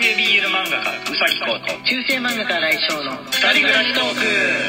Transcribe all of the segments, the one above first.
成 BL 漫画家うさぎこと中世漫画家来翔の二人暮らしトーク。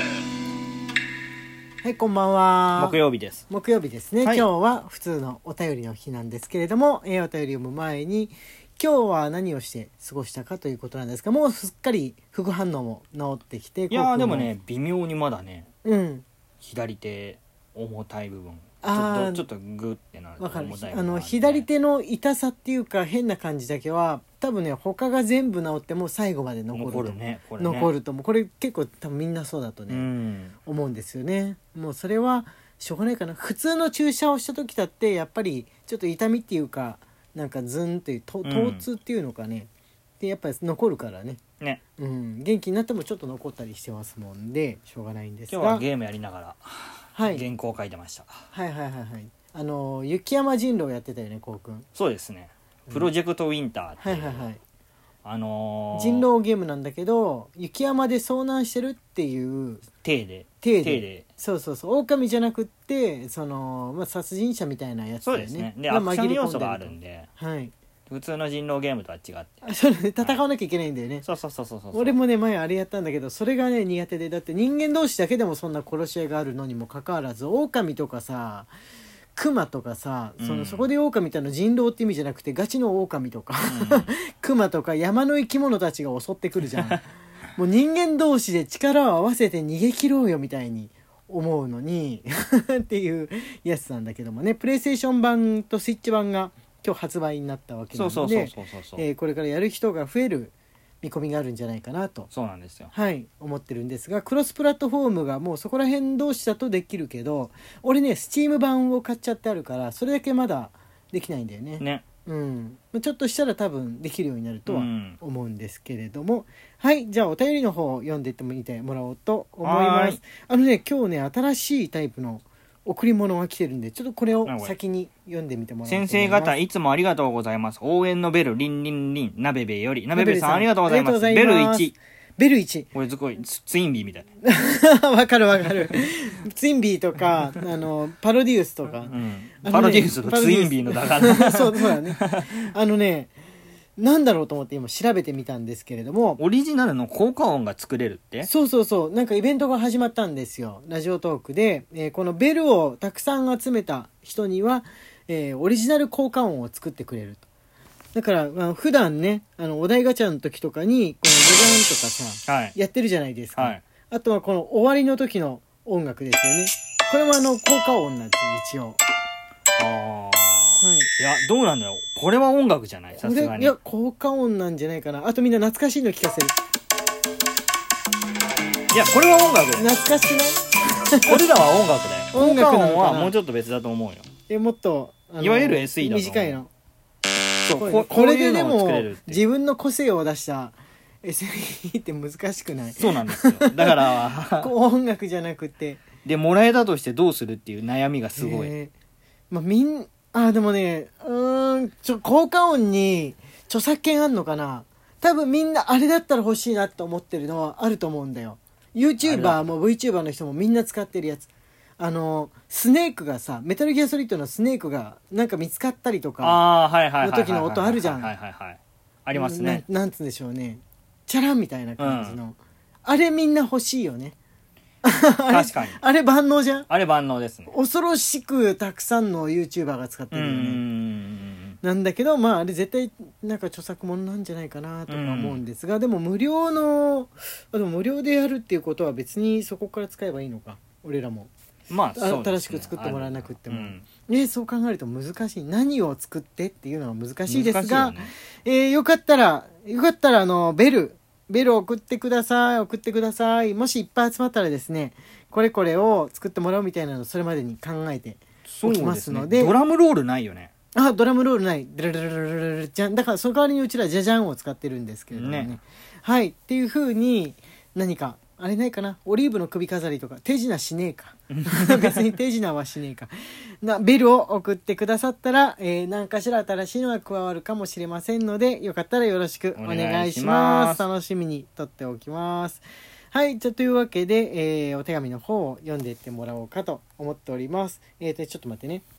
はい、こんばんは。 木曜日です。 木曜日ですね、 はい、 今日は普通のお便りの日なんですけれども、お便りを読む前に今日は何をして過ごしたかということなんですが、もうすっかり副反応も治ってきて、 いやでもね微妙にまだね、左手重たい部分ちょっとグってなる。 わかる。 重たい部分、 左手の痛さっていうか変な感じだけは多分ね、他が全部治っても最後まで残ると。残ると思う。これ結構多分みんなそうだとね、思うんですよね。もうそれはしょうがないかな。普通の注射をした時だってやっぱりちょっと痛みっていうか、なんかズンっていう疼痛っていうのかね、でやっぱり残るからね。元気になってもちょっと残ったりしてますもんでしょうがないんですが、 今日はゲームやりながら、原稿を書いてました。 雪山人狼やってたよね、こうくん。 そうですね、プロジェクトウィンターっていう、 人狼ゲームなんだけど雪山で遭難してるっていう体でそう狼じゃなくって殺人者みたいなやつだよね。 そうですね。でアクション要素があるんで、普通の人狼ゲームとは違ってそれで戦わなきゃいけないんだよね。 そう俺もね前あれやったんだけど、それがね苦手で、だって人間同士だけでもそんな殺し合いがあるのにもかかわらず、狼とかさクマとかさ、そこで狼みたいな人狼って意味じゃなくてガチの狼とか、クマとか山の生き物たちが襲ってくるじゃんもう人間同士で力を合わせて逃げ切ろうよみたいに思うのにっていうやつなんだけどもね、プレイステーション版とスイッチ版が今日発売になったわけなので、これからやる人が増える見込みがあるんじゃないかなと。 そうなんですよ。 思ってるんですが、クロスプラットフォームがもうそこら辺同士だとできるけど、俺ねスチーム版を買っちゃってあるからそれだけまだできないんだよね。ちょっとしたら多分できるようになるとは思うんですけれども、じゃあお便りの方を読んでいってみてもらおうと思います。今日ね新しいタイプの贈り物が来てるんで、ちょっとこれを先に読んでみてもらおうと思います。 先生方いつもありがとうございます。応援のベルリンリンリンなべべより、なべべさんありがとうございます。ベル1これすごいツインビーみたいわかるツインビーとかパロディウスとか、 パロディウスとツインビーのだからそうだねなんだろうと思って今調べてみたんですけれども、 オリジナルの効果音が作れるって。 そうなんかイベントが始まったんですよ、ラジオトークで、このベルをたくさん集めた人には、オリジナル効果音を作ってくれると。だから、普段ねお題ガチャの時とかにこのジャジャンとかさ、やってるじゃないですか、あとはこの終わりの時の音楽ですよね。これも効果音なんです一応。 いやどうなんだろう、これは音楽じゃない、さすがに。 いや効果音なんじゃないかな。あとみんな懐かしいの聞かせる。 いやこれは音楽だよ。 懐かしくない俺らは音楽だよ。 音楽効果音はもうちょっと別だと思うよ。 もっといわゆる SE だと短いの。 これででも自分の個性を出した SE って難しくない？ そうなんですよ。だから音楽じゃなくてでもらえたとしてどうするっていう悩みがすごい。 でもね効果音に著作権あんのかな。多分みんなあれだったら欲しいなと思ってるのはあると思うんだよ。 YouTuber も VTuber の人もみんな使ってるやつ。スネークがさ、メタルギアソリッドのスネークがなんか見つかったりとかの時の音あるじゃん。 ありますね。 なんつうんでしょうね、チャランみたいな感じの、あれみんな欲しいよね確かにあれ万能じゃん。 あれ万能ですね。 恐ろしくたくさんの YouTuber が使ってるよね。なんだけどあれ絶対なんか著作物なんじゃないかなとか思うんですが、でも無料でやるっていうことは別にそこから使えばいいのか、俺らも。新しく作ってもらわなくっても、そう考えると難しい。何を作ってっていうのは難しいですが、よかったらベル送ってください。もしいっぱい集まったらですね、これを作ってもらうみたいなのをそれまでに考えておきますので。 ドラムロールないよね。 ドラムロールない。だからその代わりにうちらジャジャンを使ってるんですけれどもね。っていう風に何かあれないかな。オリーブの首飾りとか手品しねえか別に手品はしねえかベルを送ってくださったら、何かしら新しいのが加わるかもしれませんので、よかったらよろしくお願いします。楽しみにとっておきます。というわけで、お手紙の方を読んでいってもらおうかと思っております。ちょっと待ってね。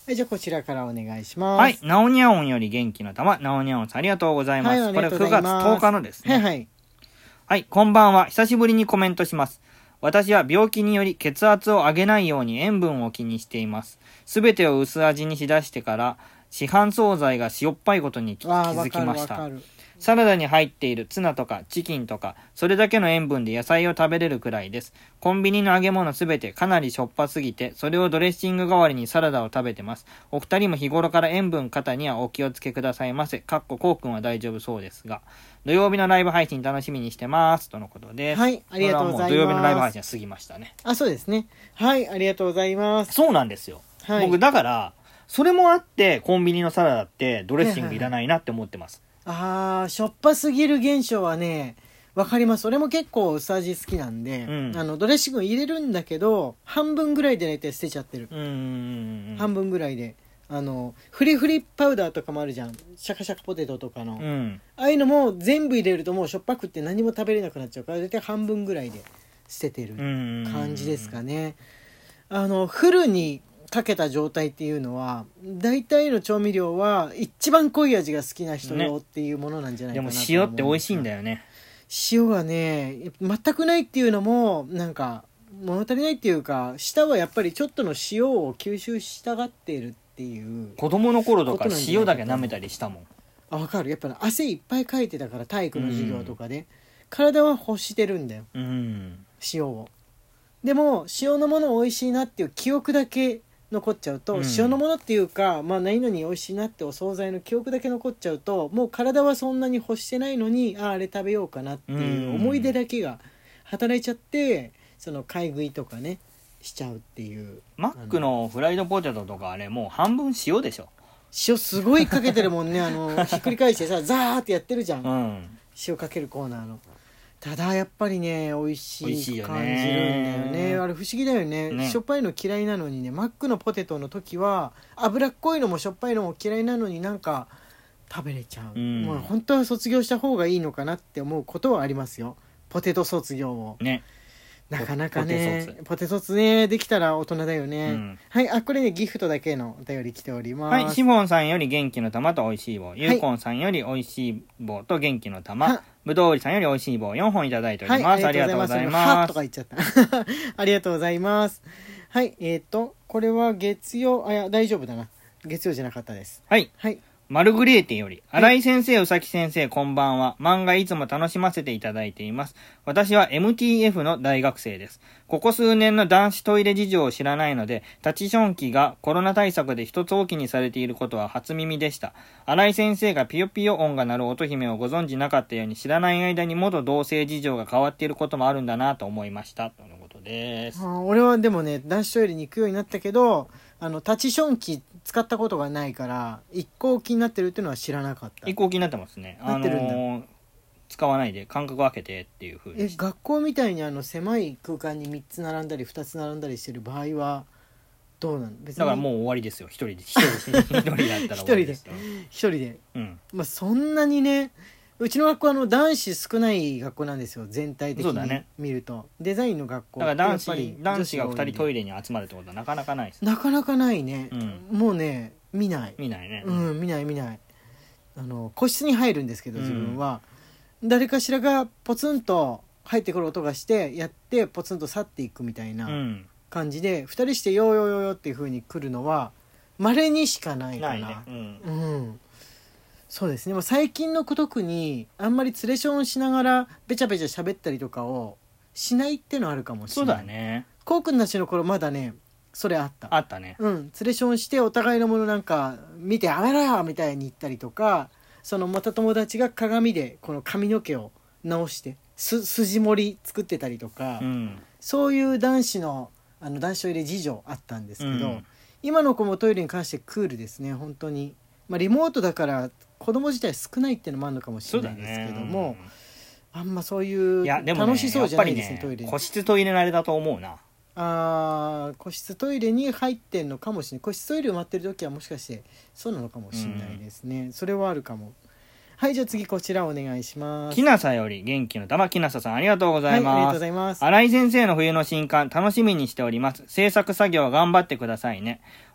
はい、じゃあこちらからお願いします。 はい。なおにゃおんより元気の玉。なおにゃおんさんありがとうございます。 はい、 これ9月10日のですね。 はいはい。 はい。こんばんは。久しぶりにコメントします。私は病気により血圧を上げないように塩分を気にしています。すべてを薄味にしだしてから市販惣菜が塩っぱいことに気づきました。サラダに入っているツナとかチキンとか、それだけの塩分で野菜を食べれるくらいです。コンビニの揚げ物すべてかなりしょっぱすぎて、それをドレッシング代わりにサラダを食べてます。お二人も日頃から塩分過多にはお気をつけくださいませ。かっここうくんは大丈夫そうですが。土曜日のライブ配信楽しみにしてます。とのことです。 はい、ありがとうございます。 土曜日のライブ配信は過ぎましたね。 あ、そうですね。はい、ありがとうございます。 そうなんですよ。はい、僕だから、それもあってコンビニのサラダってドレッシングいらないなって思ってます。 あー、しょっぱすぎる現象はね、わかります。俺も結構薄味好きなんで、ドレッシング入れるんだけど半分ぐらいで大体捨てちゃってる。半分ぐらいでフリフリパウダーとかもあるじゃん、シャカシャカポテトとかの、ああいうのも全部入れるともうしょっぱくって何も食べれなくなっちゃうから大体半分ぐらいで捨ててる感じですかね。フルにかけた状態っていうのは大体の調味料は一番濃い味が好きな人用っていうものなんじゃないかなと思う。 でも塩って美味しいんだよね。 塩がね全くないっていうのもなんか物足りないっていうか、舌はやっぱりちょっとの塩を吸収したがっているっていう子供の頃とか塩だけ舐めたりしたもん。 あ、分かる。やっぱり汗いっぱいかいてたから体育の授業とかで、体は欲してるんだよ、塩を。でも塩のもの美味しいなっていう記憶だけ残っちゃうと、塩のものっていうか何々美味しいなってお惣菜の記憶だけ残っちゃうと、もう体はそんなに欲してないのにあれ食べようかなっていう思い出だけが働いちゃって、その買い食いとかねしちゃうっていう。 マックのフライドポテトとかあれもう半分塩でしょ。 塩すごいかけてるもんねひっくり返してさザーってやってるじゃん、塩かけるコーナーの。ただやっぱりね美味しい感じるんだよね。あれ不思議だよね。しょっぱいの嫌いなのにね、マックのポテトの時は脂っこいのもしょっぱいのも嫌いなのになんか食べれちゃう、もう本当は卒業した方がいいのかなって思うことはありますよ、ポテト卒業をね。なかなかねポテ卒ねできたら大人だよね、はい。これねギフトだけのお便り来ております。 はい。シモンさんより元気の玉とおいしい棒、ゆうこんさんよりおいしい棒と元気の玉、ぶどうりさんよりおいしい棒4本いただいております、ありがとうございます。 はとか言っちゃったありがとうございます。はい。これは月曜、いや大丈夫だな、月曜じゃなかったです。 はい、はい。マルグレーテより、新井先生、宇崎先生、こんばんは。漫画いつも楽しませていただいています。私は MTF の大学生です。ここ数年の男子トイレ事情を知らないので、立ちション機がコロナ対策で一つ大きにされていることは初耳でした。新井先生がピヨピヨ音が鳴る乙姫をご存知なかったように、知らない間に元同性事情が変わっていることもあるんだなと思いました。とのことです。 俺はでもね、男子トイレに行くようになったけど、立ちション機使ったことがないから一向気になってるっていうのは知らなかった。 一向気になってますね。なってるんだ。使わないで間隔を空けてっていう風に。 学校みたいに狭い空間に3つ並んだり2つ並んだりしてる場合はどうなの？別にだからもう終わりですよ。一人だったら終わりですよ。 一人で、そんなにね、うちの学校は男子少ない学校なんですよ、全体的に見ると、デザインの学校だから男子が2人トイレに集まるってことはなかなかないです。 なかなかないね、もうね見ないね、 見ない個室に入るんですけど、自分は、誰かしらがポツンと入ってくる音がしてやってポツンと去っていくみたいな感じで、2人してヨーヨーヨーヨーっていう風に来るのは稀にしかないかな。そうですね。もう最近の子特にあんまりツレションしながらベチャベチャ喋ったりとかをしないってのあるかもしれない。 そうだね。 こうくんたちの頃まだねそれあったね。 ツレションしてお互いのものなんか見てやめろよみたいに言ったりとか、そのまた友達が鏡でこの髪の毛を直して筋盛り作ってたりとか、そういう男子の男子トイレ事情あったんですけど、今の子もトイレに関してクールですね、本当に。リモートだから子供自体少ないっていうのもあるのかもしれないですけども、あんまそういう楽しそうじゃないですね、トイレ。 個室トイレ慣れだと思うな。 個室トイレに入ってんのかもしれない。個室トイレ埋まってる時はもしかしてそうなのかもしれないですね、それはあるかも。はい、じゃあ次こちらお願いします。 きなさより元気の玉、きなささんありがとうございます。 ありがとうございます。 新井先生の冬の新刊楽しみにしております。制作作業頑張ってくださいね。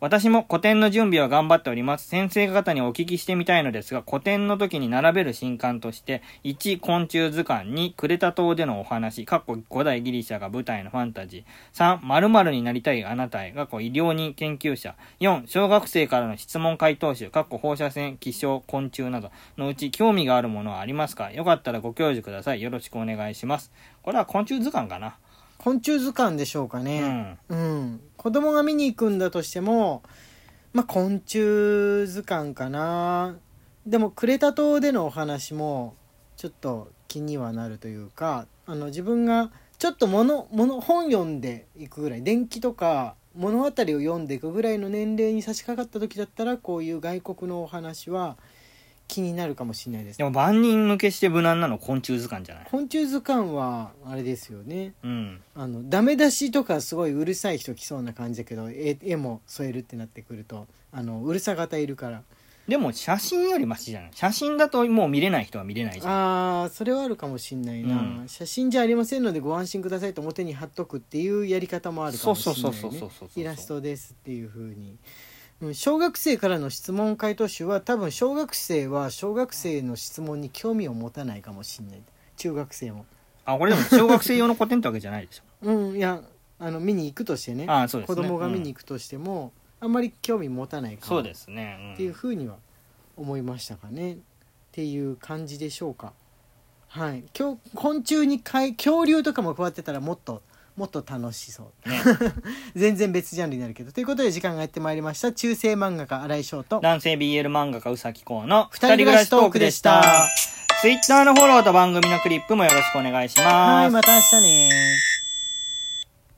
私も古典の準備は頑張っております。先生方にお聞きしてみたいのですが、古典の時に並べる新刊として、1、昆虫図鑑、2、クレタ島でのお話、古代ギリシャが舞台のファンタジー、3、〇〇になりたいあなたへ、医療人研究者、4、小学生からの質問回答集、放射線、気象、昆虫などのうち興味があるものはありますか？よかったらご教授ください。よろしくお願いします。これは昆虫図鑑かな。 昆虫図鑑でしょうかね。子供が見に行くんだとしても、昆虫図鑑かな。でもクレタ島でのお話もちょっと気にはなるというか、自分がちょっと本読んでいくぐらい、伝記とか物語を読んでいくぐらいの年齢に差し掛かった時だったら、こういう外国のお話は気になるかもしれないです。 でも万人向けして無難なの昆虫図鑑じゃない？ 昆虫図鑑はあれですよね、ダメ出しとかすごいうるさい人来そうな感じだけど、絵も添えるってなってくるとうるさ型いるから。 でも写真よりマシじゃない？写真だともう見れない人は見れないじゃん。 それはあるかもしんないな、写真じゃありませんのでご安心くださいと表に貼っとくっていうやり方もあるかもしれないね。イラストですっていう風に。小学生からの質問回答集は多分小学生は小学生の質問に興味を持たないかもしれない。中学生も。 これでも小学生用の古典ってわけじゃないでしょ。 いや見に行くとしてね。 そうですね。 子供が見に行くとしても、あんまり興味持たないかも。 そうですね。 っていうふうには思いましたかね。っていう感じでしょうか。はい。昆虫に恐竜とかも加わってたらもっと楽しそう、ね、全然別ジャンルになるけど。ということで時間がやってまいりました。中世漫画家新井翔と男性 BL 漫画家宇崎公の二人暮らしトークでした。Twitter のフォローと番組のクリップもよろしくお願いします。 はい、また明日ね。